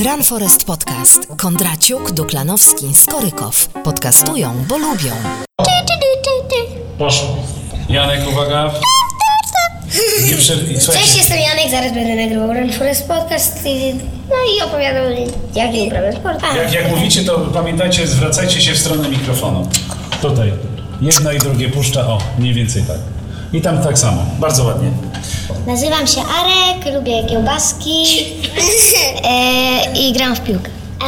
Run Forest Podcast. Kondraciuk, Duklanowski, Skorykow. Podcastują, bo lubią. Poszło. Janek, uwaga. Cześć, jestem Janek, zaraz będę nagrywał Run Forest Podcast i opowiadał, jak nie uprawiam sport. Jak mówicie, to pamiętajcie, zwracajcie się w stronę mikrofonu. Tutaj. Jedno i drugie puszcza, o, mniej więcej tak. I tam tak samo, bardzo ładnie. Nazywam się Arek, lubię kiełbaski i gram w piłkę.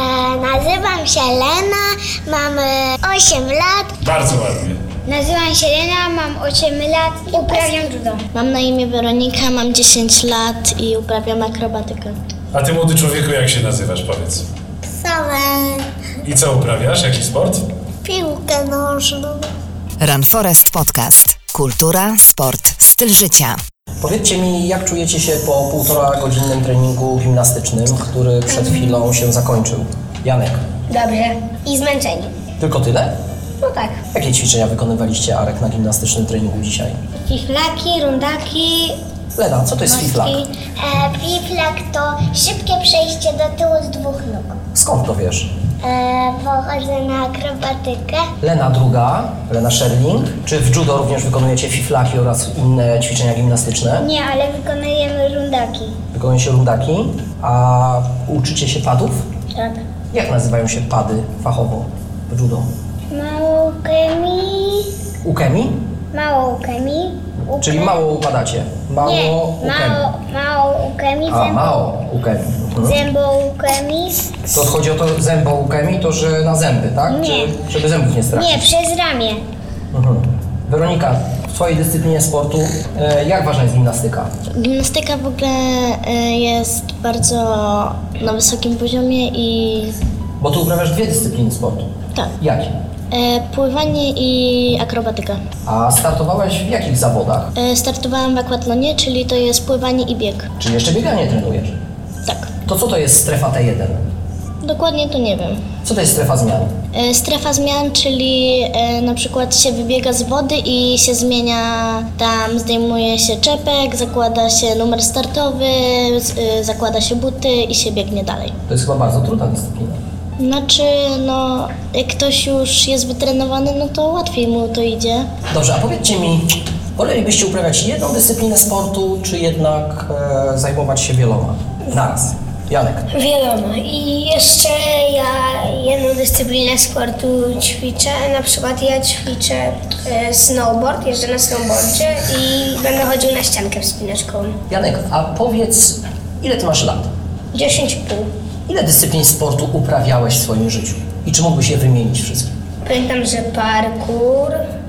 Nazywam się Lena, mam 8 lat. Bardzo ładnie. Nazywam się Lena, mam 8 lat i uprawiam judo. Mam na imię Weronika, mam 10 lat i uprawiam akrobatykę. A ty, młody człowieku, jak się nazywasz, powiedz? Same I co uprawiasz? Jaki sport? piłkę nożną. Run Forest Podcast. Kultura, sport, styl życia. Powiedzcie mi, jak czujecie się po 1,5-godzinnym treningu gimnastycznym, który przed chwilą się zakończył? Janek, Dobrze. I zmęczeni. tylko tyle? No tak. Jakie ćwiczenia wykonywaliście, Arek, na gimnastycznym treningu dzisiaj? Fiflaki, rundaki. Lena, co to jest fiflak? Fiflak to szybkie przejście do tyłu z 2 nóg. Skąd to wiesz? Pochodzę na akrobatykę. Lena druga, Lena Sherling. Czy w judo również wykonujecie fiflaki oraz inne ćwiczenia gimnastyczne? Nie, ale wykonujemy rundaki. Wykonuje się rundaki, a uczycie się padów? Tak. Jak nazywają się pady fachowo w judo? Mało chemii. Ukemi? Mało chemii. Czyli mało upadacie. Mało Nie, ukemi. mało ukemi, A, mało ukemi. Mhm. zęboukemi. To chodzi o to zęboukemi, to że na zęby, tak? Nie. Czy żeby zębów nie stracić? Nie, przez ramię. Mhm. Weronika, w Twojej dyscyplinie sportu jak ważna jest gimnastyka? Gimnastyka w ogóle jest bardzo na wysokim poziomie i Bo Ty uprawiasz 2 dyscypliny sportu. tak, Jakie? pływanie i akrobatyka. A startowałaś w jakich zawodach? Startowałam w aquatlonie, czyli to jest pływanie i bieg. Czy jeszcze bieganie trenujesz? Tak, To co to jest strefa T1? dokładnie to nie wiem. Co to jest strefa zmian? Strefa zmian, czyli na przykład się wybiega z wody i się zmienia, tam zdejmuje się czepek, zakłada się numer startowy, zakłada się buty i się biegnie dalej. To jest chyba bardzo trudna dyscyplina. Znaczy, no, jak ktoś już jest wytrenowany, no to łatwiej mu to idzie. Dobrze, a powiedzcie mi, wolelibyście uprawiać jedną dyscyplinę sportu, czy jednak zajmować się wieloma? Naraz. Janek. Wiadomo. I jeszcze ja jedną dyscyplinę sportu ćwiczę. Na przykład ja ćwiczę snowboard, jeżdżę na snowboardzie i będę chodził na ściankę wspinaczką. Janek, a powiedz, ile Ty masz lat? 10,5. Ile dyscyplin sportu uprawiałeś w swoim życiu? I czy mógłbyś je wymienić wszystkie? Pamiętam, że parkour,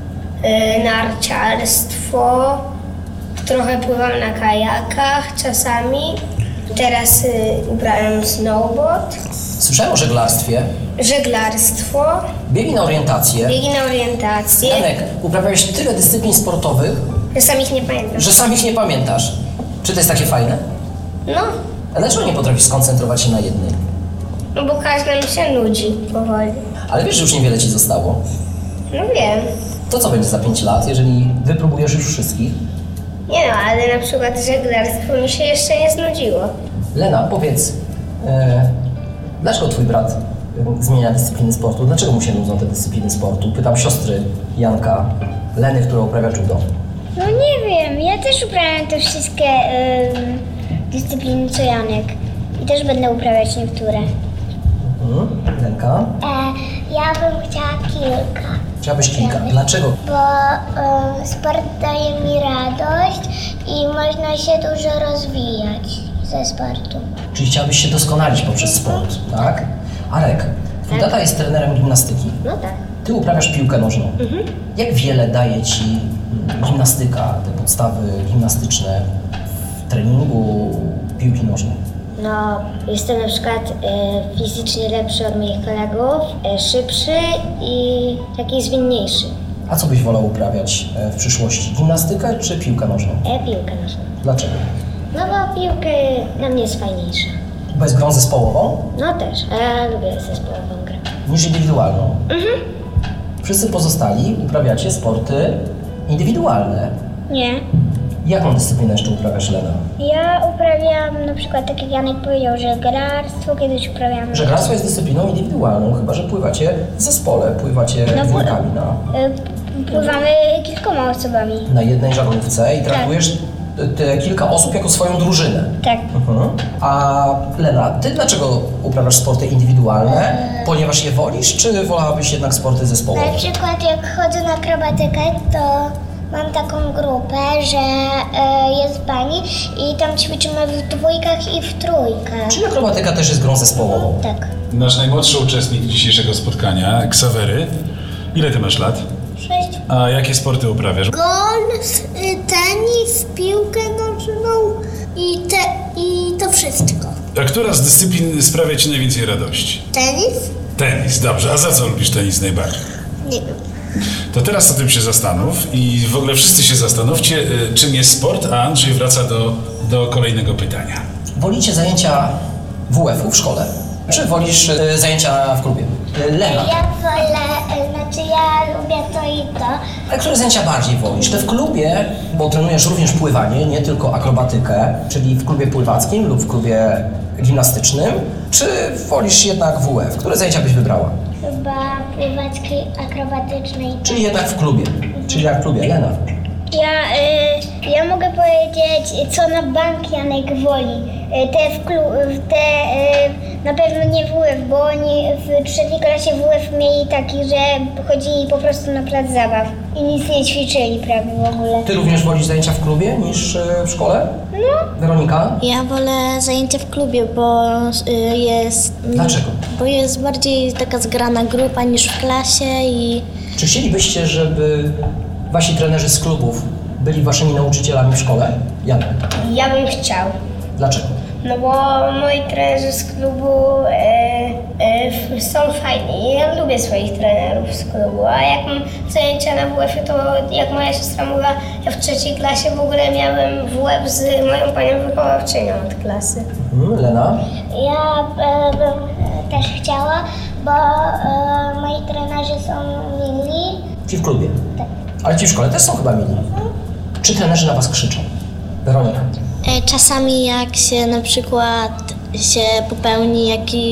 narciarstwo, trochę pływam na kajakach czasami. Teraz uprawiam snowboard, Słyszałem o żeglarstwie, żeglarstwo, biegi na orientację. biegi na orientację. Janek, uprawiałeś tyle dyscyplin sportowych, Czasami ich nie pamiętam. że sam ich nie pamiętasz. Czy to jest takie fajne? No, A dlaczego nie potrafisz skoncentrować się na jednej? no bo każdy mi się nudzi powoli. Ale wiesz, że już niewiele Ci zostało. No wiem. To co będzie za 5 lat, jeżeli wypróbujesz już wszystkich? Nie no, ale na przykład żeglarstwo mi się jeszcze nie znudziło. Lena, powiedz, dlaczego Twój brat zmienia dyscypliny sportu? Dlaczego mu się nudzą te dyscypliny sportu? Pytam siostry Janka, Leny, która uprawia judo. No nie wiem, ja też uprawiam te wszystkie dyscypliny co Janek. I też będę uprawiać niektóre. Lenka, Ja bym chciała kilka, chciałabyś kilka. Dlaczego? bo sport daje mi radość i można się dużo rozwijać ze sportu. Czyli chciałabyś się doskonalić poprzez sport, tak? Arek, Twój tata jest trenerem gimnastyki. No tak. Ty uprawiasz piłkę nożną. Jak wiele daje Ci gimnastyka, te podstawy gimnastyczne w treningu piłki nożnej? No, jestem na przykład fizycznie lepszy od moich kolegów, szybszy i taki zwinniejszy. A co byś wolał uprawiać w przyszłości? Gimnastykę czy piłkę nożną? Piłkę nożną. Dlaczego? No bo piłkę dla mnie jest fajniejsza. Bo jest grą zespołową No też, a ja lubię zespołową grę. niż indywidualną. Wszyscy pozostali uprawiacie sporty indywidualne. Nie. Jaką dyscyplinę jeszcze uprawiasz, Lena? Ja uprawiam na przykład, tak jak Janek powiedział, żeglarstwo, kiedyś uprawiam... Żeglarstwo jest dyscypliną indywidualną, chyba że pływacie w zespole, pływacie dwójkami Pływamy kilkoma osobami. na jednej żaglówce i traktujesz te kilka osób jako swoją drużynę. Tak. A Lena, ty dlaczego uprawiasz sporty indywidualne? Ponieważ je wolisz, czy wolałabyś jednak sporty zespołowe? Na przykład jak chodzę na akrobatykę, to mam taką grupę, że jest pani i tam ćwiczymy w dwójkach i w trójkach. Czyli akrobatyka też jest grą zespołową. Tak. Nasz najmłodszy uczestnik dzisiejszego spotkania, Ksawery. Ile ty masz lat? 6. A jakie sporty uprawiasz? Golf, tenis, piłkę nożną i to wszystko. A która z dyscyplin sprawia ci najwięcej radości? Tenis? Tenis, dobrze. A za co lubisz tenis najbardziej? Nie wiem. To teraz o tym się zastanów i w ogóle wszyscy się zastanówcie, czym jest sport, a Andrzej wraca do kolejnego pytania. Wolicie zajęcia WF-u w szkole? Czy wolisz zajęcia w klubie? Lena, Ja wolę, ja lubię to i to. a które zajęcia bardziej wolisz? Te w klubie, bo trenujesz również pływanie, nie tylko akrobatykę, czyli w klubie pływackim lub w klubie gimnastycznym, czy wolisz jednak WF? Które zajęcia byś wybrała? Chyba pływackiej, akrobatycznej. Czyli jednak w klubie. Czyli jak w klubie. Lena. Ja mogę powiedzieć, co na bank Janek woli. Na pewno nie WF, bo oni w trzeciej klasie WF mieli taki, że chodzili po prostu na plac zabaw i nic nie ćwiczyli prawie w ogóle. Ty również wolisz zajęcia w klubie niż w szkole? No. Weronika? Ja wolę zajęcia w klubie, bo jest... Dlaczego? Bo jest bardziej taka zgrana grupa niż w klasie i... Czy chcielibyście, żeby wasi trenerzy z klubów byli waszymi nauczycielami w szkole? Janek. Ja bym chciał. Dlaczego? No bo moi trenerzy z klubu są fajni. Ja lubię swoich trenerów z klubu, a jak mam zajęcia na WF-ie, to jak moja siostra mówiła, ja w trzeciej klasie w ogóle miałem WF z moją panią wychowawczynią od klasy. Lena? Ja bym też chciała, bo moi trenerzy są mili. Ci w klubie? Tak. Ale ci w szkole też są chyba mili. Czy trenerzy na was krzyczą? Weronika? Czasami jak się na przykład się popełni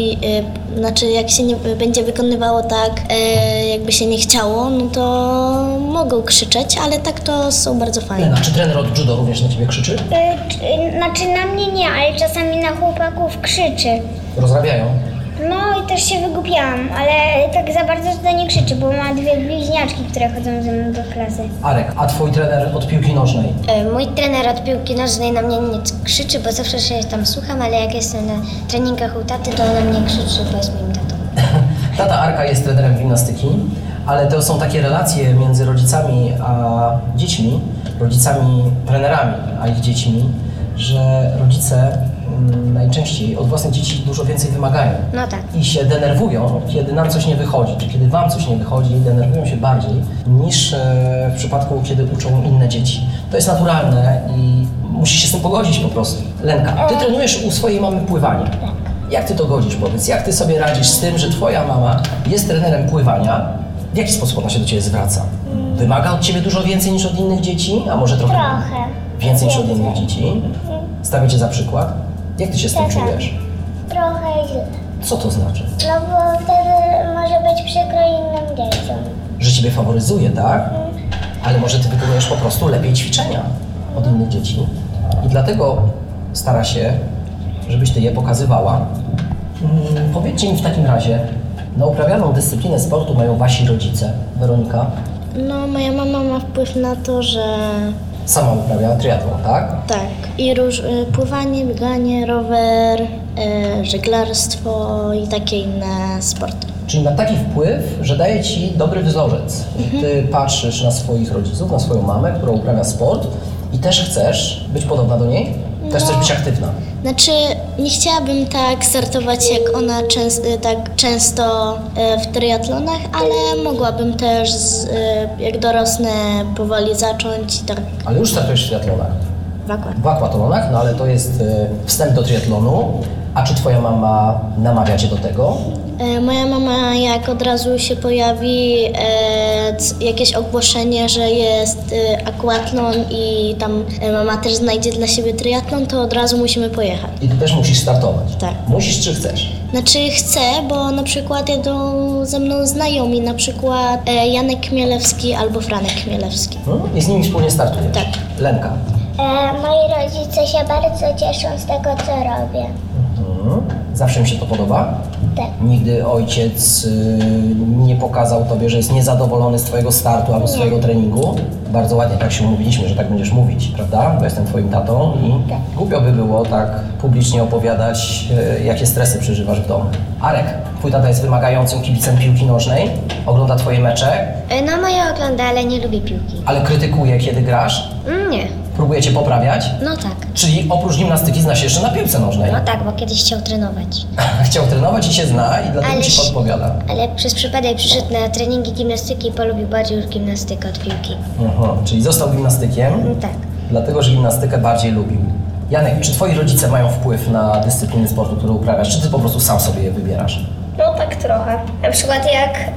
jak się nie będzie wykonywało tak, jakby się nie chciało, no to mogą krzyczeć, ale tak to są bardzo fajne. Lena, czy trener od judo również na ciebie krzyczy? Znaczy na mnie nie, ale czasami na chłopaków krzyczy. Rozrabiają? No i też się wygłupiałam, ale tak za bardzo to nie krzyczy, bo ma dwie bliźniaczki, które chodzą ze mną do klasy. Arek, a twój trener od piłki nożnej? Mój trener od piłki nożnej na mnie nie krzyczy, bo zawsze się tam słucham, ale jak jestem na treningach u taty, to on na mnie krzyczy, bo jest moim tatą. Tata Arka jest trenerem gimnastyki, ale to są takie relacje między rodzicami a dziećmi, rodzicami trenerami a ich dziećmi, że rodzice najczęściej od własnych dzieci dużo więcej wymagają. No tak. I się denerwują, kiedy nam coś nie wychodzi, czy kiedy wam coś nie wychodzi, denerwują się bardziej niż w przypadku, kiedy uczą inne dzieci. To jest naturalne i musisz się z tym pogodzić po prostu. Lenka, ty trenujesz u swojej mamy pływanie. Jak ty to godzisz, powiedz? Jak ty sobie radzisz z tym, że twoja mama jest trenerem pływania? W jaki sposób ona się do ciebie zwraca? Wymaga od ciebie dużo więcej niż od innych dzieci? A może trochę więcej niż od innych dzieci? Stawię cię za przykład. Jak ty się z tym czujesz? Trochę źle. Co to znaczy? No bo wtedy może być przykro innym dzieciom. Że ciebie faworyzuje, tak? Ale może ty wykonujesz po prostu lepiej ćwiczenia od innych dzieci i dlatego stara się, żebyś ty je pokazywała. Powiedzcie mi w takim razie, na uprawianą dyscyplinę sportu mają wasi rodzice. Weronika? No, moja mama ma wpływ na to, że Sama uprawia triatlon, tak? tak, i pływanie, bieganie, rower, żeglarstwo i takie inne sporty. Czyli ma taki wpływ, że daje ci dobry wzorzec. Ty patrzysz na swoich rodziców, na swoją mamę, która uprawia sport i też chcesz być podobna do niej? Też chcesz być aktywna? Znaczy, nie chciałabym tak startować jak ona tak często w triatlonach, ale mogłabym też jak dorosnę powoli zacząć i tak Ale już startujesz w triatlonach. w aqua. W aquatlonach, no ale to jest wstęp do triatlonu. A czy twoja mama namawia cię do tego? Moja mama, jak od razu się pojawi jakieś ogłoszenie, że jest aquatlon i tam mama też znajdzie dla siebie triatlon, to od razu musimy pojechać. I ty też musisz startować? Tak. Musisz czy chcesz? Znaczy chcę, bo na przykład jadą ze mną znajomi, na przykład Janek Chmielewski albo Franek Chmielewski. I z nimi wspólnie startujesz? Tak. Lenka? Moi rodzice się bardzo cieszą z tego, co robię. Zawsze mi się to podoba? Tak. Nigdy ojciec nie pokazał tobie, że jest niezadowolony z twojego startu albo z twojego treningu? Bardzo ładnie tak się umówiliśmy, że tak będziesz mówić, prawda? Bo jestem twoim tatą i głupio by było tak publicznie opowiadać, jakie stresy przeżywasz w domu. Arek, twój tata jest wymagającym kibicem piłki nożnej, ogląda twoje mecze, No moja ogląda, ale nie lubi piłki. ale krytykuje, kiedy grasz, Nie. próbuje cię poprawiać, No tak. czyli oprócz gimnastyki znasz się jeszcze na piłce nożnej. No tak, bo kiedyś chciał trenować. Chciał trenować i się zna i dlatego ci podpowiada. Ale przez przypadek przyszedł na treningi gimnastyki i polubił bardziej już gimnastykę od piłki. Czyli został gimnastykiem, No tak. dlatego że gimnastykę bardziej lubił. Janek, czy twoi rodzice mają wpływ na dyscypliny sportu, które uprawiasz, czy ty po prostu sam sobie je wybierasz? No tak trochę. Na przykład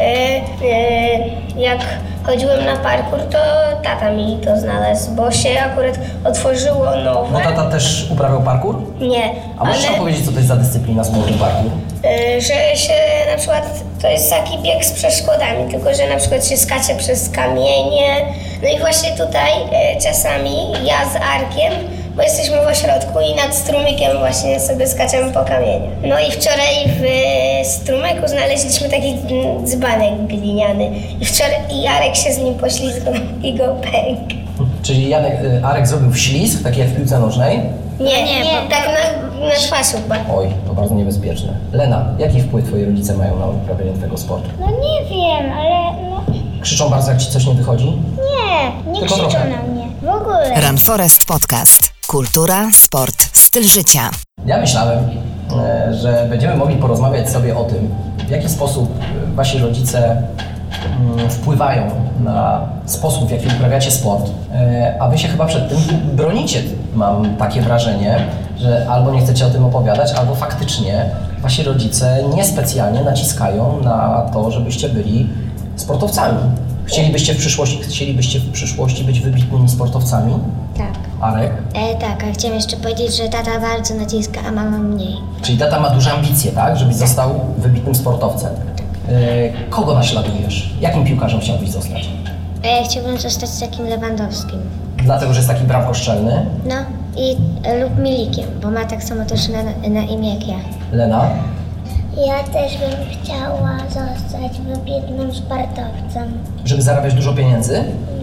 jak chodziłem na parkour, to tata mi to znalazł, bo się akurat otworzyło nowe. No tata też uprawiał parkour? Nie, A możesz nam ale powiedzieć, co to jest za dyscyplina sportu parkour? że się na przykład to jest taki bieg z przeszkodami, tylko że na przykład się skacze przez kamienie. No i właśnie tutaj czasami ja z Arkiem, bo jesteśmy w ośrodku i nad strumykiem właśnie sobie skaczemy po kamieniu. No i wczoraj w strumyku znaleźliśmy taki dzbanek gliniany i Jarek się z nim poślizgnął i go pękł. Czyli Arek zrobił ślizg, taki jak w piłce nożnej? Nie, tak na twarz chyba. Oj, to bardzo niebezpieczne. Lena, jaki wpływ twoi rodzice mają na uprawianie twojego sportu? No nie wiem, ale no Krzyczą bardzo, jak ci coś nie wychodzi? nie Tylko krzyczą trochę. na mnie. W ogóle. Run Forest Podcast. Kultura, sport, styl życia. Ja myślałem, że będziemy mogli porozmawiać sobie o tym, w jaki sposób wasi rodzice wpływają na sposób, w jaki uprawiacie sport, a wy się chyba przed tym bronicie. Mam takie wrażenie, że albo nie chcecie o tym opowiadać, albo faktycznie wasi rodzice niespecjalnie naciskają na to, żebyście byli sportowcami. Chcielibyście w przyszłości być wybitnymi sportowcami? Tak. Arek? Tak, a chciałem jeszcze powiedzieć, że tata bardzo naciska, a mama mniej. Czyli tata ma duże ambicje, tak? Żebyś został wybitnym sportowcem. Kogo naśladujesz? Jakim piłkarzem chciałbyś zostać? Ja chciałbym zostać takim Lewandowskim. Dlatego, że jest taki bramkoszczelny. No i lub Milikiem, bo ma tak samo też na imię jak ja. Lena? Ja też bym chciała zostać wybitnym sportowcem. Żeby zarabiać dużo pieniędzy?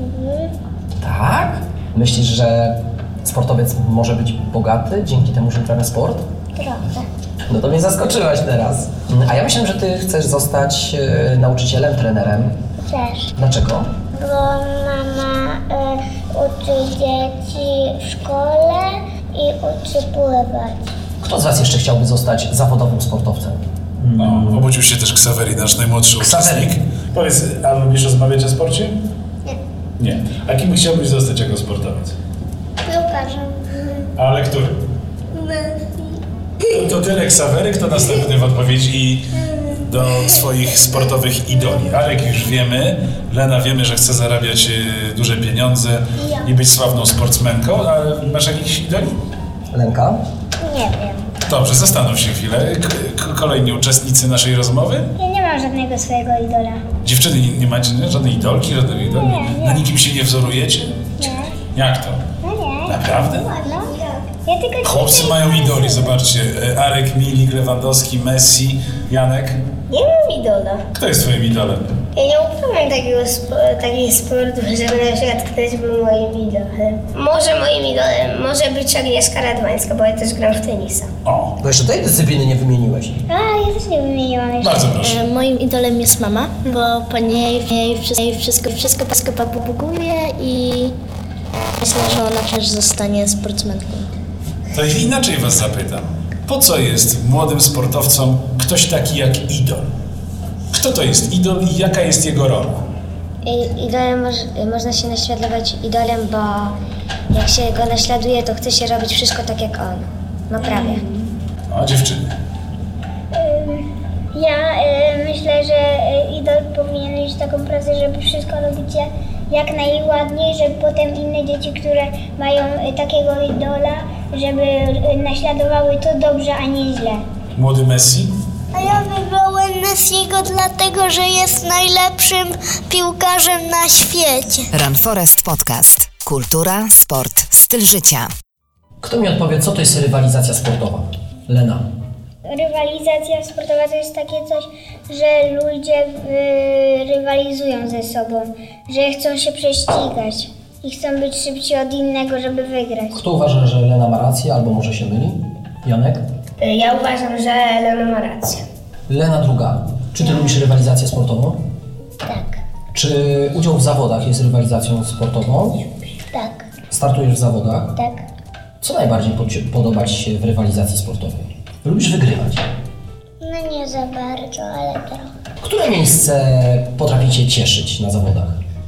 Tak? Myślisz, że sportowiec może być bogaty dzięki temu, że uprawia sport? Trochę. No to mnie zaskoczyłaś teraz. A ja myślałem, że ty chcesz zostać nauczycielem, trenerem. Też. Dlaczego? Bo mama uczy dzieci w szkole i uczy pływać. Kto z was jeszcze chciałby zostać zawodowym sportowcem? No, obudził się też Ksawery, nasz najmłodszy uczestnik. Powiedz, a lubisz rozmawiać o sporcie? Nie. A kim chciałbyś zostać jako sportowiec? Piłkarzem. Ale który? To tyle Ksawery, kto następny w odpowiedzi do swoich sportowych idoli. Arek już wiemy, Lena wiemy, że chce zarabiać duże pieniądze i być sławną sportsmenką, ale masz jakichś idoli? Lenka? Nie wiem. Dobrze, zastanów się chwilę. Kolejni uczestnicy naszej rozmowy. Ja nie mam żadnego swojego idola. Dziewczyny, nie macie żadnej idolki, żadnego idoli? Nie. Na nikim się nie wzorujecie? Nie. Jak to? No nie. Naprawdę? No. Ja tylko Chłopcy mają idoli, zobaczcie. Arek, Milik, Lewandowski, Messi, Janek. Nie mam idola. Kto jest twoim idolem? Ja nie uprawiam takiego sportu, żeby na przykład ktoś był moim idolem. Może moim idolem może być Agnieszka Radwańska, bo ja też gram w tenisa. O, Bo jeszcze tej dyscypliny nie wymieniłeś. A, ja też nie wymieniłam jeszcze. bardzo proszę. Moim idolem jest mama, bo po niej wszystko papuguje i myślę, że ona też zostanie sportsmenką. To inaczej was zapytam. Po co jest młodym sportowcom ktoś taki jak idol? Kto to jest idol i jaka jest jego rola? Idolem można się naśladować idolem, bo jak się go naśladuje, to chce się robić wszystko tak jak on. No prawie. No, a dziewczyny? Ja myślę, że idol powinien mieć taką pracę, żeby wszystko robić jak najładniej, żeby potem inne dzieci, które mają takiego idola, żeby naśladowały to dobrze, a nie źle. Młody Messi? A ja wybrałem Messiego dlatego, że jest najlepszym piłkarzem na świecie. Run Forest Podcast. Kultura, sport, styl życia. Kto mi odpowie, co to jest rywalizacja sportowa? Lena. Rywalizacja sportowa to jest takie coś, że ludzie rywalizują ze sobą, że chcą się prześcigać i chcą być szybci od innego, żeby wygrać. Kto uważa, że Lena ma rację albo może się myli? Janek? Ja uważam, że Lena ma rację. Lena druga. Czy ty lubisz rywalizację sportową? Tak, Czy udział w zawodach jest rywalizacją sportową? tak, Startujesz w zawodach? tak. Co najbardziej podoba ci się w rywalizacji sportowej? Lubisz wygrywać. No nie za bardzo, ale trochę. Które miejsce potrafi cię cieszyć na zawodach?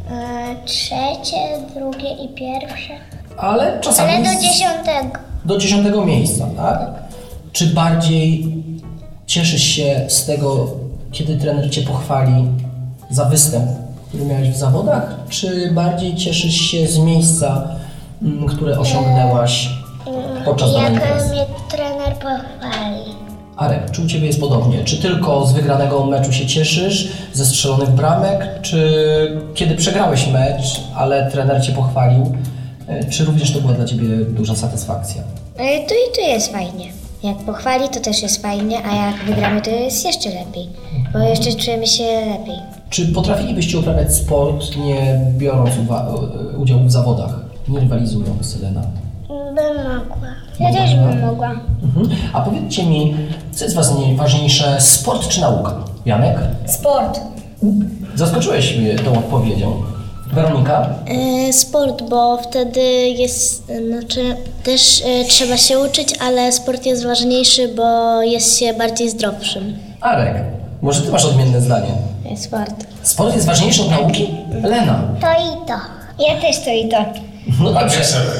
Trzecie, drugie i pierwsze. Ale czasami... Ale do 10. Do 10 miejsca, tak? Czy bardziej cieszysz się z tego, kiedy trener cię pochwali za występ, który miałeś w zawodach? Czy bardziej cieszysz się z miejsca, które osiągnęłaś podczas danej Jak imprezy? mnie trener pochwali. Arek, czy u ciebie jest podobnie? Czy tylko z wygranego meczu się cieszysz, ze strzelonych bramek, czy kiedy przegrałeś mecz, ale trener cię pochwalił, czy również to była dla ciebie duża satysfakcja? Tu i tu jest fajnie. Jak pochwali, to też jest fajnie, a jak wygramy, to jest jeszcze lepiej, bo jeszcze czujemy się lepiej. Czy potrafilibyście uprawiać sport, nie biorąc udziału w zawodach, nie rywalizując, Lena? Bym mogła. Ja też bym mogła. A powiedzcie mi, co jest ważniejsze, sport czy nauka? Janek? Sport. Zaskoczyłeś mnie tą odpowiedzią. Weronika? Sport, bo wtedy jest, też trzeba się uczyć, ale sport jest ważniejszy, bo jest się bardziej zdrowszym. Arek, może ty masz odmienne zdanie? Sport. Sport jest ważniejszy od nauki? Lena? To i to. Ja też to i to. No dobrze.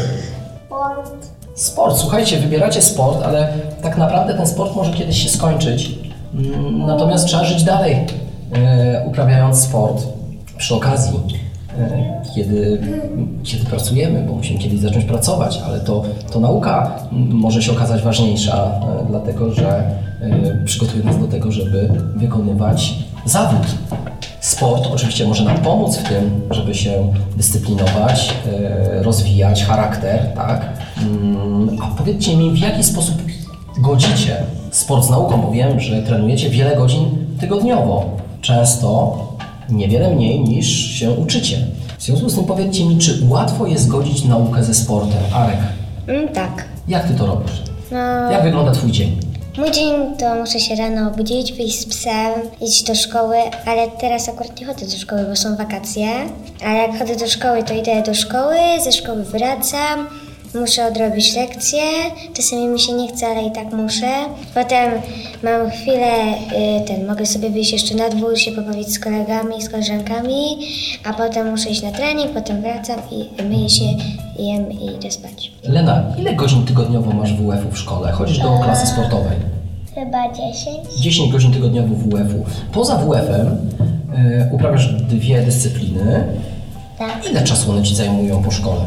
Sport, słuchajcie, wybieracie sport, ale tak naprawdę ten sport może kiedyś się skończyć. Natomiast trzeba żyć dalej, uprawiając sport. Przy okazji, kiedy pracujemy, bo musimy kiedyś zacząć pracować, ale to nauka może się okazać ważniejsza, dlatego że przygotuje nas do tego, żeby wykonywać zawód. Sport oczywiście może nam pomóc w tym, żeby się dyscyplinować, rozwijać charakter, tak? A powiedzcie mi, w jaki sposób godzicie sport z nauką, bo wiem, że trenujecie wiele godzin tygodniowo. Często niewiele mniej niż się uczycie. W związku z tym powiedzcie mi, czy łatwo jest godzić naukę ze sportem? Arek, Tak. jak ty to robisz? No, Jak wygląda twój dzień? mój dzień to muszę się rano obudzić, wyjść z psem, iść do szkoły, ale teraz akurat nie chodzę do szkoły, bo są wakacje. A jak chodzę do szkoły, to idę do szkoły, ze szkoły wracam, muszę odrobić lekcje, czasami mi się nie chce, ale i tak muszę. Potem mam chwilę, mogę sobie wyjść jeszcze na dwór, się pobawić z kolegami, z koleżankami, a potem muszę iść na trening, potem wracam i myję się, jem i idę spać. Lena, ile godzin tygodniowo masz WF-u w szkole? Chodzisz do klasy sportowej? Chyba 10. 10 godzin tygodniowo WF-u. Poza WF-em uprawiasz 2 dyscypliny. Tak. Ile czasu one ci zajmują po szkole?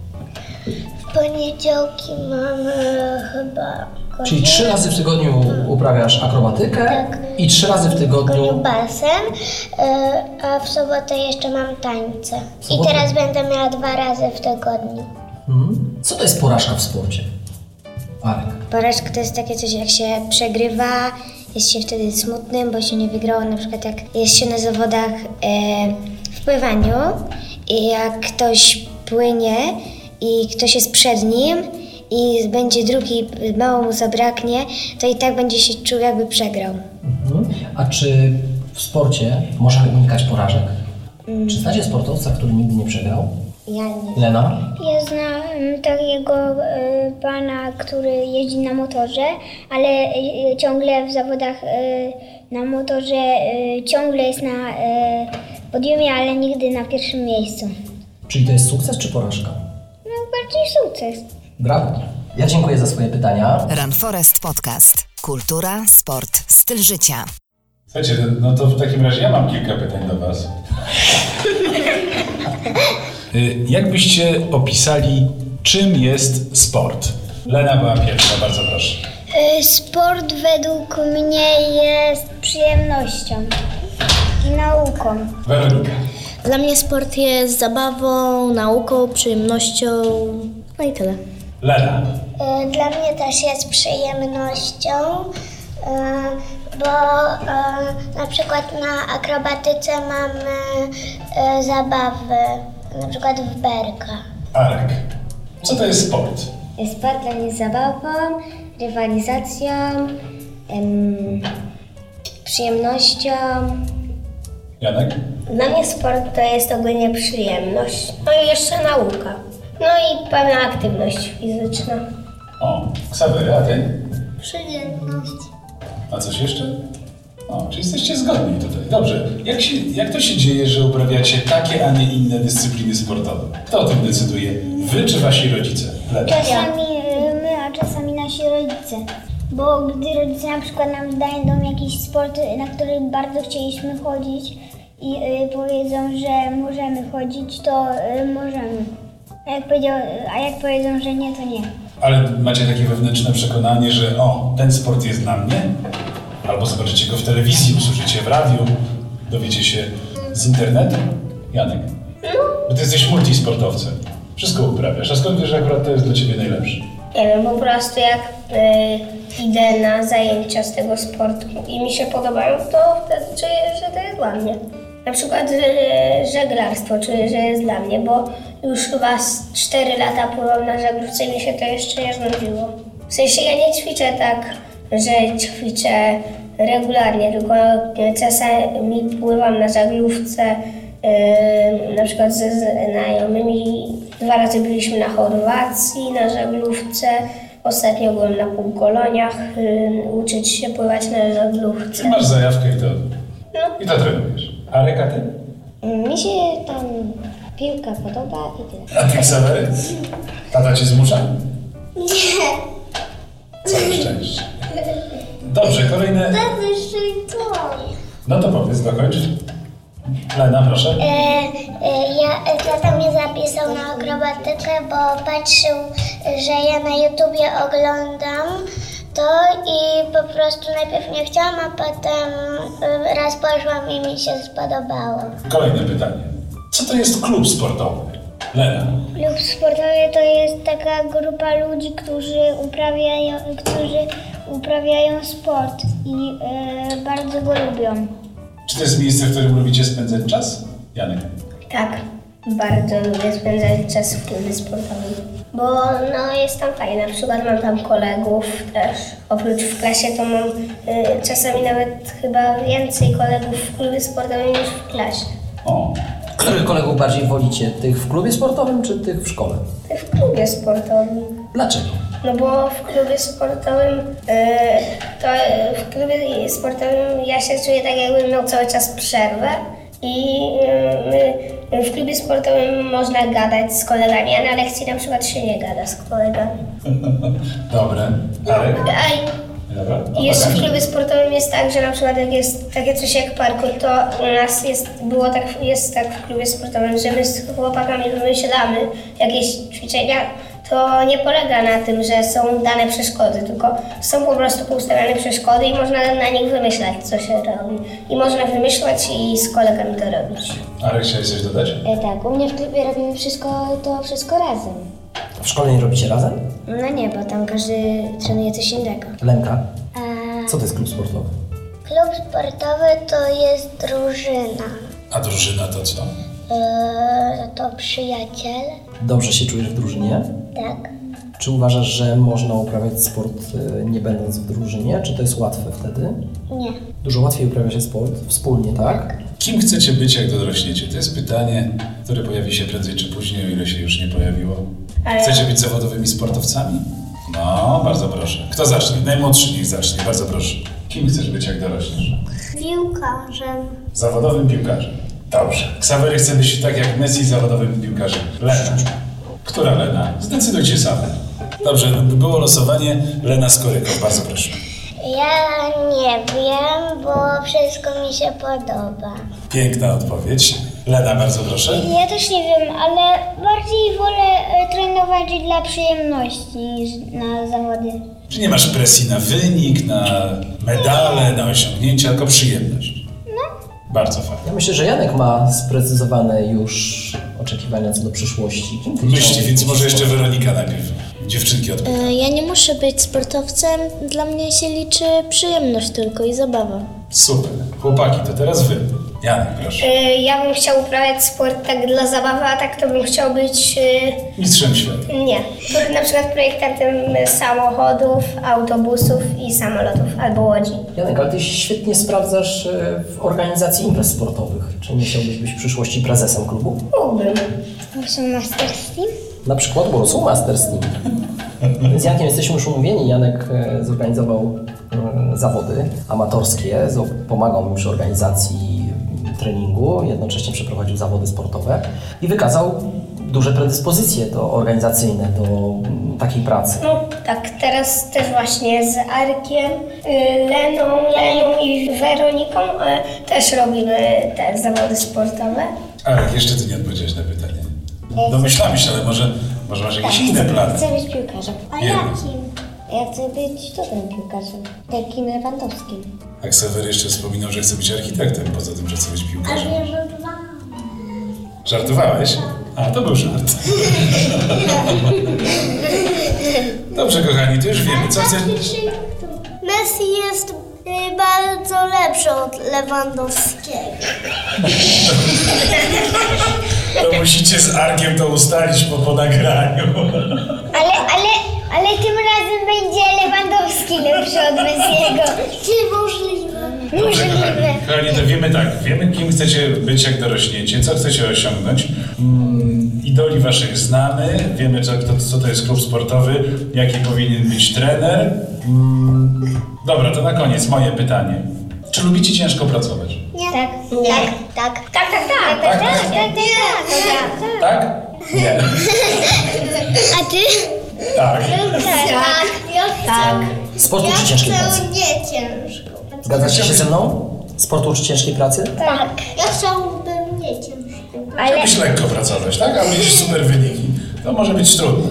W poniedziałki mamy chyba Czyli 3 razy w tygodniu uprawiasz akrobatykę Tak. i 3 razy w tygodniu... basen, a w sobotę jeszcze mam tańce. I Sobotę? teraz będę miała 2 razy w tygodniu. Co to jest porażka w sporcie? Arek. Porażka to jest takie coś, jak się przegrywa, jest się wtedy smutnym, bo się nie wygrało, na przykład jak jest się na zawodach w pływaniu i jak ktoś płynie i ktoś jest przed nim i będzie drugi, mało mu zabraknie, to i tak będzie się czuł, jakby przegrał. A czy w sporcie możemy unikać porażek? Czy znacie sportowca, który nigdy nie przegrał? Ja nie. Lena? Ja znam takiego pana, który jeździ na motorze, ale ciągle w zawodach na motorze ciągle jest na podiumie, ale nigdy na pierwszym miejscu. Czyli to jest sukces czy porażka? No bardziej sukces. Brawo. Ja dziękuję za swoje pytania. Run Forest Podcast. Kultura, sport, styl życia. Słuchajcie, no to w takim razie ja mam kilka pytań do was. Jak byście opisali, czym jest sport? Lena była pierwsza, bardzo proszę. Sport według mnie jest przyjemnością i nauką. Weronika. Dla mnie sport jest zabawą, nauką, przyjemnością, no i tyle. Lena. Dla mnie też jest przyjemnością, bo na przykład na akrobatyce mamy zabawy, na przykład w berka. Arek. Co to jest sport? Sport dla mnie zabawą, rywalizacją, przyjemnością. Janek? Dla mnie sport to jest ogólnie przyjemność, no i jeszcze nauka. No i pewna aktywność fizyczna. O, Ksawery, a ty? Przyjemność. A coś jeszcze? O, czy jesteście zgodni tutaj? Dobrze. Jak to się dzieje, że uprawiacie takie, a nie inne dyscypliny sportowe? Kto o tym decyduje? Wy czy wasi rodzice? Lena. Czasami my, a czasami nasi rodzice. Bo gdy rodzice na przykład nam znajdą jakiś sport, na który bardzo chcieliśmy chodzić i powiedzą, że możemy chodzić, to możemy. A jak powiedzą, że nie, to nie. Ale macie takie wewnętrzne przekonanie, że ten sport jest dla mnie? Albo zobaczycie go w telewizji, usłyszycie w radiu, dowiecie się z internetu? Janek? Bo ty jesteś multisportowcem. Wszystko uprawiasz. A skąd wiesz, że akurat to jest dla ciebie najlepsze? Nie wiem, po prostu jak idę na zajęcia z tego sportu i mi się podobają, to wtedy czuję, że to jest dla mnie. Na przykład żeglarstwo czuję, że jest dla mnie, bo już chyba 4 lata pływam na żaglówce i mi się to jeszcze nie znudziło. W sensie ja nie ćwiczę tak, że ćwiczę regularnie, tylko czasami pływam na żaglówce, na przykład ze znajomymi. 2 razy byliśmy na Chorwacji na żaglówce, ostatnio byłem na półkoloniach, uczyć się pływać na żaglówce. Ty masz zajawkę i to trenujesz. Arek, a ty? Mi się tam piłka podoba i tyle. A ty, Ksawery? Tata cię zmusza? Nie. Całe szczęście. Dobrze, kolejne... No to powiedz, dokończ. Lena, proszę. Tata mnie zapisał na akrobatykę, bo patrzył, że ja na YouTubie oglądam to i po prostu najpierw nie chciałam, a potem raz poszłam i mi się spodobało. Kolejne pytanie. Co to jest klub sportowy? Lena. Klub sportowy to jest taka grupa ludzi, którzy uprawiają sport i bardzo go lubią. Czy to jest miejsce, w którym lubicie spędzać czas? Janek. Tak, bardzo lubię spędzać czas w klubie sportowym, bo jest tam fajnie. Na przykład mam tam kolegów też. Oprócz w klasie to mam czasami nawet chyba więcej kolegów w klubie sportowym niż w klasie. O. Których kolegów bardziej wolicie? Tych w klubie sportowym czy tych w szkole? W klubie sportowym. Dlaczego? No bo w klubie sportowym ja się czuję tak, jakbym miał cały czas przerwę i w klubie sportowym można gadać z kolegami, a na lekcji na przykład się nie gada z kolegami. Dobre. Arek? Dobra. I jeszcze w klubie sportowym jest tak, że na przykład jak jest takie coś jak parkour, to u nas jest tak w klubie sportowym, że my z chłopakami wymyślamy jakieś ćwiczenia. To nie polega na tym, że są dane przeszkody, tylko są po prostu poustawiane przeszkody i można na nich wymyślać, co się robi. I można wymyślać i z kolegami to robić. Arek, chciałeś coś dodać? Tak, u mnie w klubie robimy wszystko razem. W szkole nie robicie razem? No nie, bo tam każdy trenuje coś innego. Lenka, co to jest klub sportowy? Klub sportowy to jest drużyna. A drużyna to co? To przyjaciel. Dobrze się czujesz w drużynie? Tak. Czy uważasz, że można uprawiać sport nie będąc w drużynie? Czy to jest łatwe wtedy? Nie. Dużo łatwiej uprawia się sport wspólnie, tak? Kim chcecie być, jak dorośniecie? To jest pytanie, które pojawi się prędzej czy później, o ile się już nie pojawiło. Chcecie być zawodowymi sportowcami? No, bardzo proszę. Kto zacznie? Najmłodszy niech zacznie, bardzo proszę. Kim chcesz być, jak dorośniesz? Piłkarzem. Zawodowym piłkarzem. Dobrze. Ksawery chce być tak jak Messi zawodowym piłkarzem. Lena. Która Lena? Zdecydujcie same. Dobrze, było losowanie. Lena Skorykow, bardzo proszę. Ja nie wiem, bo wszystko mi się podoba. Piękna odpowiedź. Lena, bardzo proszę. Ja też nie wiem, ale bardziej wolę trenować dla przyjemności niż na zawody. Czy nie masz presji na wynik, na medale, na osiągnięcia, tylko przyjemność? No. Bardzo fajnie. Ja myślę, że Janek ma sprecyzowane już oczekiwania co do przyszłości. Kim ty Myśli, chciałbyś więc być może w jeszcze sporcie? Weronika najpierw. Dziewczynki odpowiadają. Ja nie muszę być sportowcem, dla mnie się liczy przyjemność tylko i zabawa. Super. Chłopaki, to teraz wy. Janek, proszę. Ja bym chciał uprawiać sport tak dla zabawy, a tak to bym chciał być... Mistrzem świata. Nie. Na przykład projektantem samochodów, autobusów i samolotów albo łodzi. Janek, ale ty się świetnie sprawdzasz w organizacji imprez sportowych. Czy nie chciałbyś być w przyszłości prezesem klubu? Mógłbym. Są Masters Team? Na przykład Warsaw Masters Team. Z Jankiem jesteśmy już umówieni. Janek zorganizował zawody amatorskie, pomagał mi przy organizacji treningu, jednocześnie przeprowadził zawody sportowe i wykazał duże predyspozycje organizacyjne do takiej pracy. No tak, teraz też właśnie z Arkiem, Leną i Weroniką też robimy te zawody sportowe. Arek, jeszcze ty nie odpowiedziałeś na pytanie. Domyślamy się, ale może masz jakieś inne plany? Chcę być piłkarzem. A Jedno. jakim? Ja chcę być dobrym piłkarzem. Takim Lewandowskim. A Ksawery jeszcze wspominał, że chce być architektem, poza tym, że chce być piłkarzem. Żartowałeś? A, to był żart. Dobrze, kochani, to już wiemy, co chcesz... Messi jest bardzo lepszy od Lewandowskiego. To musicie z Arkiem to ustalić po nagraniu. Ale tym razem będzie Lewandowski lepszy od Messiego. Niemożliwe. Dobrze, kochani, to wiemy tak, wiemy, kim chcecie być, jak dorośniecie, co chcecie osiągnąć. Idoli waszych znamy, wiemy, co to jest klub sportowy, jaki powinien być trener. Dobra, to na koniec moje pytanie. Czy lubicie ciężko pracować? Nie. Tak. Nie. Tak. Tak? Nie. A ty? Tak. Tak. Sportu czy ciężkiej pracy? Nie ciężko. Zgadzacie się ze mną? Sportu czy ciężkiej pracy? Tak. Ja chciałbym nie ciężko. Żebyś lekko pracować, tak? A mieć super wyniki. To może być trudne.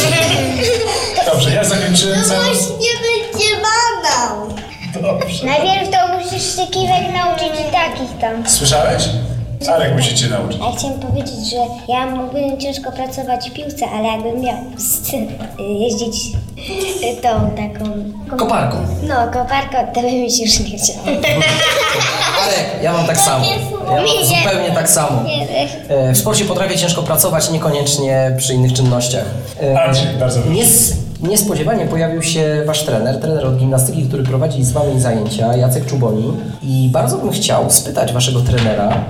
Dobrze, ja zakończyłem cały... Nie będzie banał. Dobrze. Najpierw to musisz się kiwek nauczyć i takich tam. Słyszałeś? Arek musi cię nauczyć. A ja chciałam powiedzieć, że ja mógłbym ciężko pracować w piłce, ale jakbym miał jeździć tą taką... Koparką. No, koparką, to bym mi się już nie chciało. Arek, ja mam tak samo. Ja mam zupełnie tak samo. W sporcie potrafię ciężko pracować, niekoniecznie przy innych czynnościach. Andrzej, bardzo proszę. Niespodziewanie pojawił się wasz trener od gimnastyki, który prowadzi z wami zajęcia, Jacek Czuboni. I bardzo bym chciał spytać waszego trenera,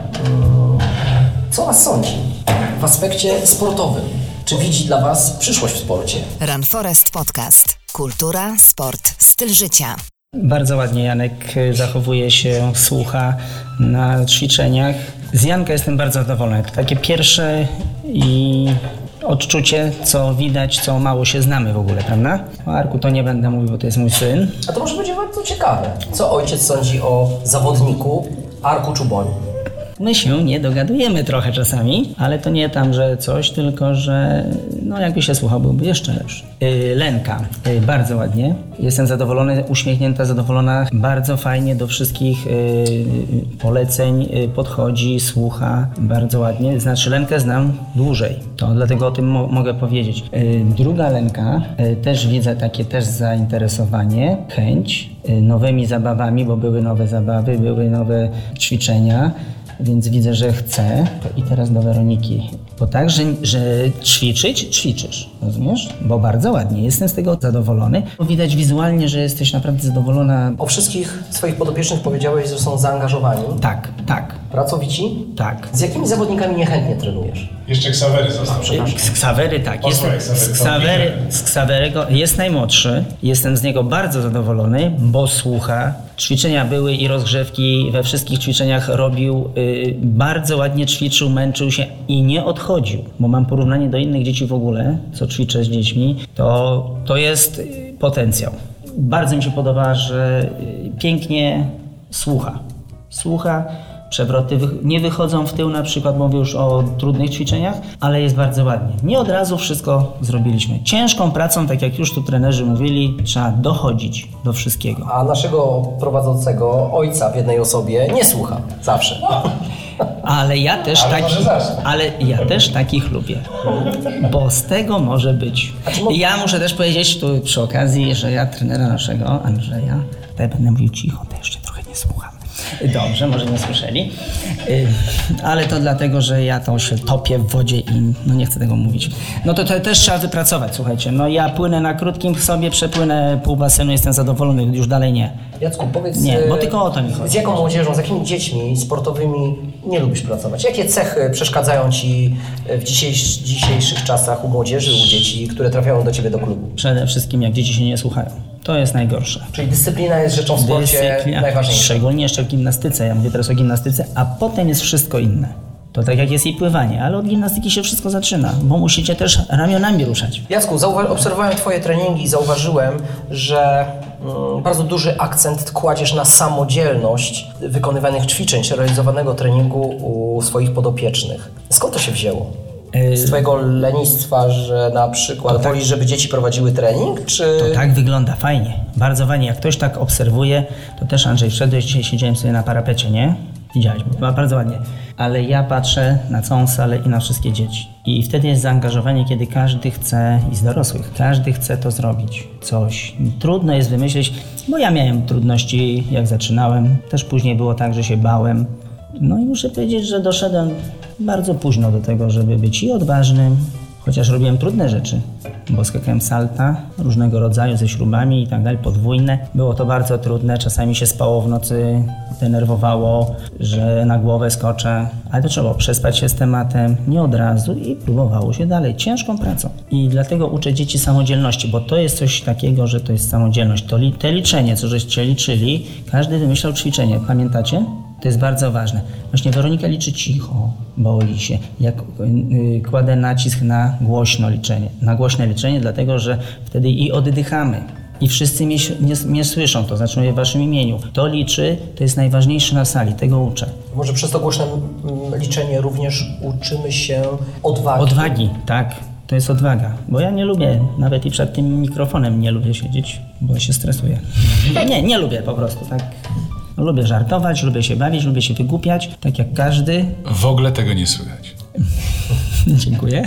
co was sądzi w aspekcie sportowym. Czy widzi dla was przyszłość w sporcie? Run Forest Podcast. Kultura, sport, styl życia. Bardzo ładnie Janek zachowuje się, słucha na ćwiczeniach. Z Janka jestem bardzo zadowolony. To takie pierwsze i odczucie, co widać, co mało się znamy w ogóle, prawda? O Arku to nie będę mówił, bo to jest mój syn. A to może będzie bardzo ciekawe. Co ojciec sądzi o zawodniku Arku Czuboni? My się nie dogadujemy trochę czasami, ale to nie tam, że coś, tylko że no jakby się słuchał, byłby jeszcze lepszy. Lenka, bardzo ładnie. Jestem zadowolony, uśmiechnięta, zadowolona. Bardzo fajnie do wszystkich poleceń podchodzi, słucha. Bardzo ładnie. Znaczy Lenkę znam dłużej, to dlatego o tym mogę powiedzieć. Druga Lenka, też widzę takie też zainteresowanie, chęć nowymi zabawami, bo były nowe zabawy, były nowe ćwiczenia. Więc widzę, że chce. I teraz do Weroniki. Bo tak, że ćwiczysz, rozumiesz? Bo bardzo ładnie, jestem z tego zadowolony. Bo widać wizualnie, że jesteś naprawdę zadowolona. O wszystkich swoich podopiecznych powiedziałeś, że są zaangażowani. Tak. Pracowici? Tak. Z jakimi zawodnikami niechętnie trenujesz? Jeszcze Ksawery został. Z Ksawery tak. Posłuchaj, Z Ksawerego jest najmłodszy. Jestem z niego bardzo zadowolony, bo słucha. Ćwiczenia były i rozgrzewki we wszystkich ćwiczeniach robił. Bardzo ładnie ćwiczył, męczył się i nie odchodził. Bo mam porównanie do innych dzieci w ogóle, co ćwiczę z dziećmi. To jest potencjał. Bardzo mi się podoba, że pięknie słucha. Przewroty nie wychodzą w tył na przykład, mówię już o trudnych ćwiczeniach, ale jest bardzo ładnie. Nie od razu wszystko zrobiliśmy. Ciężką pracą, tak jak już tu trenerzy mówili, trzeba dochodzić do wszystkiego. A naszego prowadzącego ojca w jednej osobie nie słucha zawsze. Ale ja też takich lubię, bo z tego może być. Ja muszę też powiedzieć tu przy okazji, że ja trenera naszego, Andrzeja, tutaj będę mówił cicho, to jeszcze trochę nie słucham. Dobrze, może nie słyszeli, ale to dlatego, że ja to się topię w wodzie i nie chcę tego mówić. No to też trzeba wypracować, słuchajcie. No ja płynę na krótkim sobie, przepłynę pół basenu, jestem zadowolony, już dalej nie. Jacku, powiedz, nie, bo tylko o to mi chodzi. Z jaką młodzieżą, z jakimi dziećmi sportowymi nie lubisz pracować? Jakie cechy przeszkadzają Ci w dzisiejszych czasach u młodzieży, u dzieci, które trafiają do Ciebie do klubu? Przede wszystkim jak dzieci się nie słuchają. To jest najgorsze. Czyli dyscyplina jest rzeczą w sporcie najważniejszą. Szczególnie jeszcze w gimnastyce. Ja mówię teraz o gimnastyce, a potem jest wszystko inne. To tak jak jest i pływanie, ale od gimnastyki się wszystko zaczyna, bo musicie też ramionami ruszać. Jacku, obserwowałem Twoje treningi i zauważyłem, że bardzo duży akcent kładziesz na samodzielność wykonywanych ćwiczeń czy realizowanego treningu u swoich podopiecznych. Skąd to się wzięło? Z Twojego lenistwa, że na przykład wolisz, żeby dzieci prowadziły trening, czy... To tak wygląda, fajnie, bardzo fajnie. Jak ktoś tak obserwuje, to też Andrzej, wszedłeś, dzisiaj siedziałem sobie na parapecie, nie? Widziałeś, bardzo ładnie. Ale ja patrzę na całą salę i na wszystkie dzieci. I wtedy jest zaangażowanie, kiedy każdy chce, i z dorosłych, każdy chce to zrobić. Coś. Trudno jest wymyślić, bo ja miałem trudności, jak zaczynałem. Też później było tak, że się bałem. No i muszę powiedzieć, że doszedłem bardzo późno do tego, żeby być i odważnym, chociaż robiłem trudne rzeczy, bo skakałem salta różnego rodzaju ze śrubami i tak dalej, podwójne. Było to bardzo trudne, czasami się spało w nocy, denerwowało, że na głowę skoczę, ale to trzeba przespać się z tematem, nie od razu i próbowało się dalej, ciężką pracą. I dlatego uczę dzieci samodzielności, bo to jest coś takiego, że to jest samodzielność. Te liczenie, co żeście liczyli, każdy wymyślał ćwiczenie, pamiętacie? To jest bardzo ważne. Właśnie Weronika liczy cicho, boi się. Jak kładę nacisk na głośne liczenie, dlatego że wtedy i oddychamy. I wszyscy mnie słyszą, to znaczy w waszym imieniu. To liczy, to jest najważniejsze na sali, tego uczę. Może przez to głośne liczenie również uczymy się odwagi. Odwagi, tak. To jest odwaga, bo ja nie lubię, nawet i przed tym mikrofonem nie lubię siedzieć, bo się stresuję. Nie lubię po prostu, tak. Lubię żartować, lubię się bawić, lubię się wygłupiać, tak jak każdy. W ogóle tego nie słychać. Dziękuję.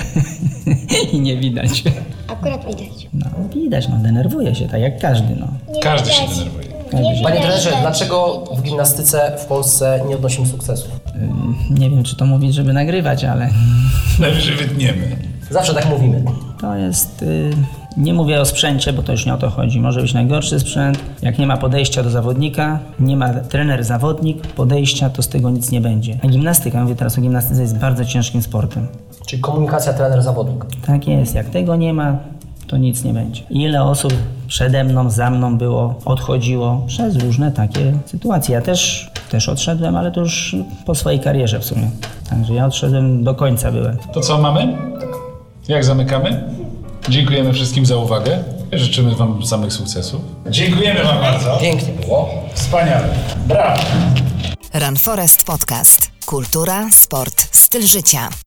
I nie widać. Akurat widać. No widać, denerwuje się, tak jak każdy, no. Każdy się denerwuje. Panie trenerze, dlaczego w gimnastyce w Polsce nie odnosimy sukcesów? Nie wiem, czy to mówić, żeby nagrywać, ale... Najwyżej wytniemy. Zawsze tak mówimy. To jest... Nie mówię o sprzęcie, bo to już nie o to chodzi. Może być najgorszy sprzęt. Jak nie ma podejścia do zawodnika, nie ma trener-zawodnik, podejścia, to z tego nic nie będzie. A gimnastyka, mówię teraz o gimnastyce, jest bardzo ciężkim sportem. Czyli komunikacja trener-zawodnik. Tak jest. Jak tego nie ma, to nic nie będzie. Ile osób przede mną, za mną odchodziło przez różne takie sytuacje. Ja też odszedłem, ale to już po swojej karierze w sumie. Także ja odszedłem, do końca byłem. To co mamy? Jak zamykamy? Dziękujemy wszystkim za uwagę. Życzymy wam samych sukcesów. Dziękujemy wam bardzo. Pięknie było. Wspaniale. Brawo. Run Forest Podcast. Kultura, sport, styl życia.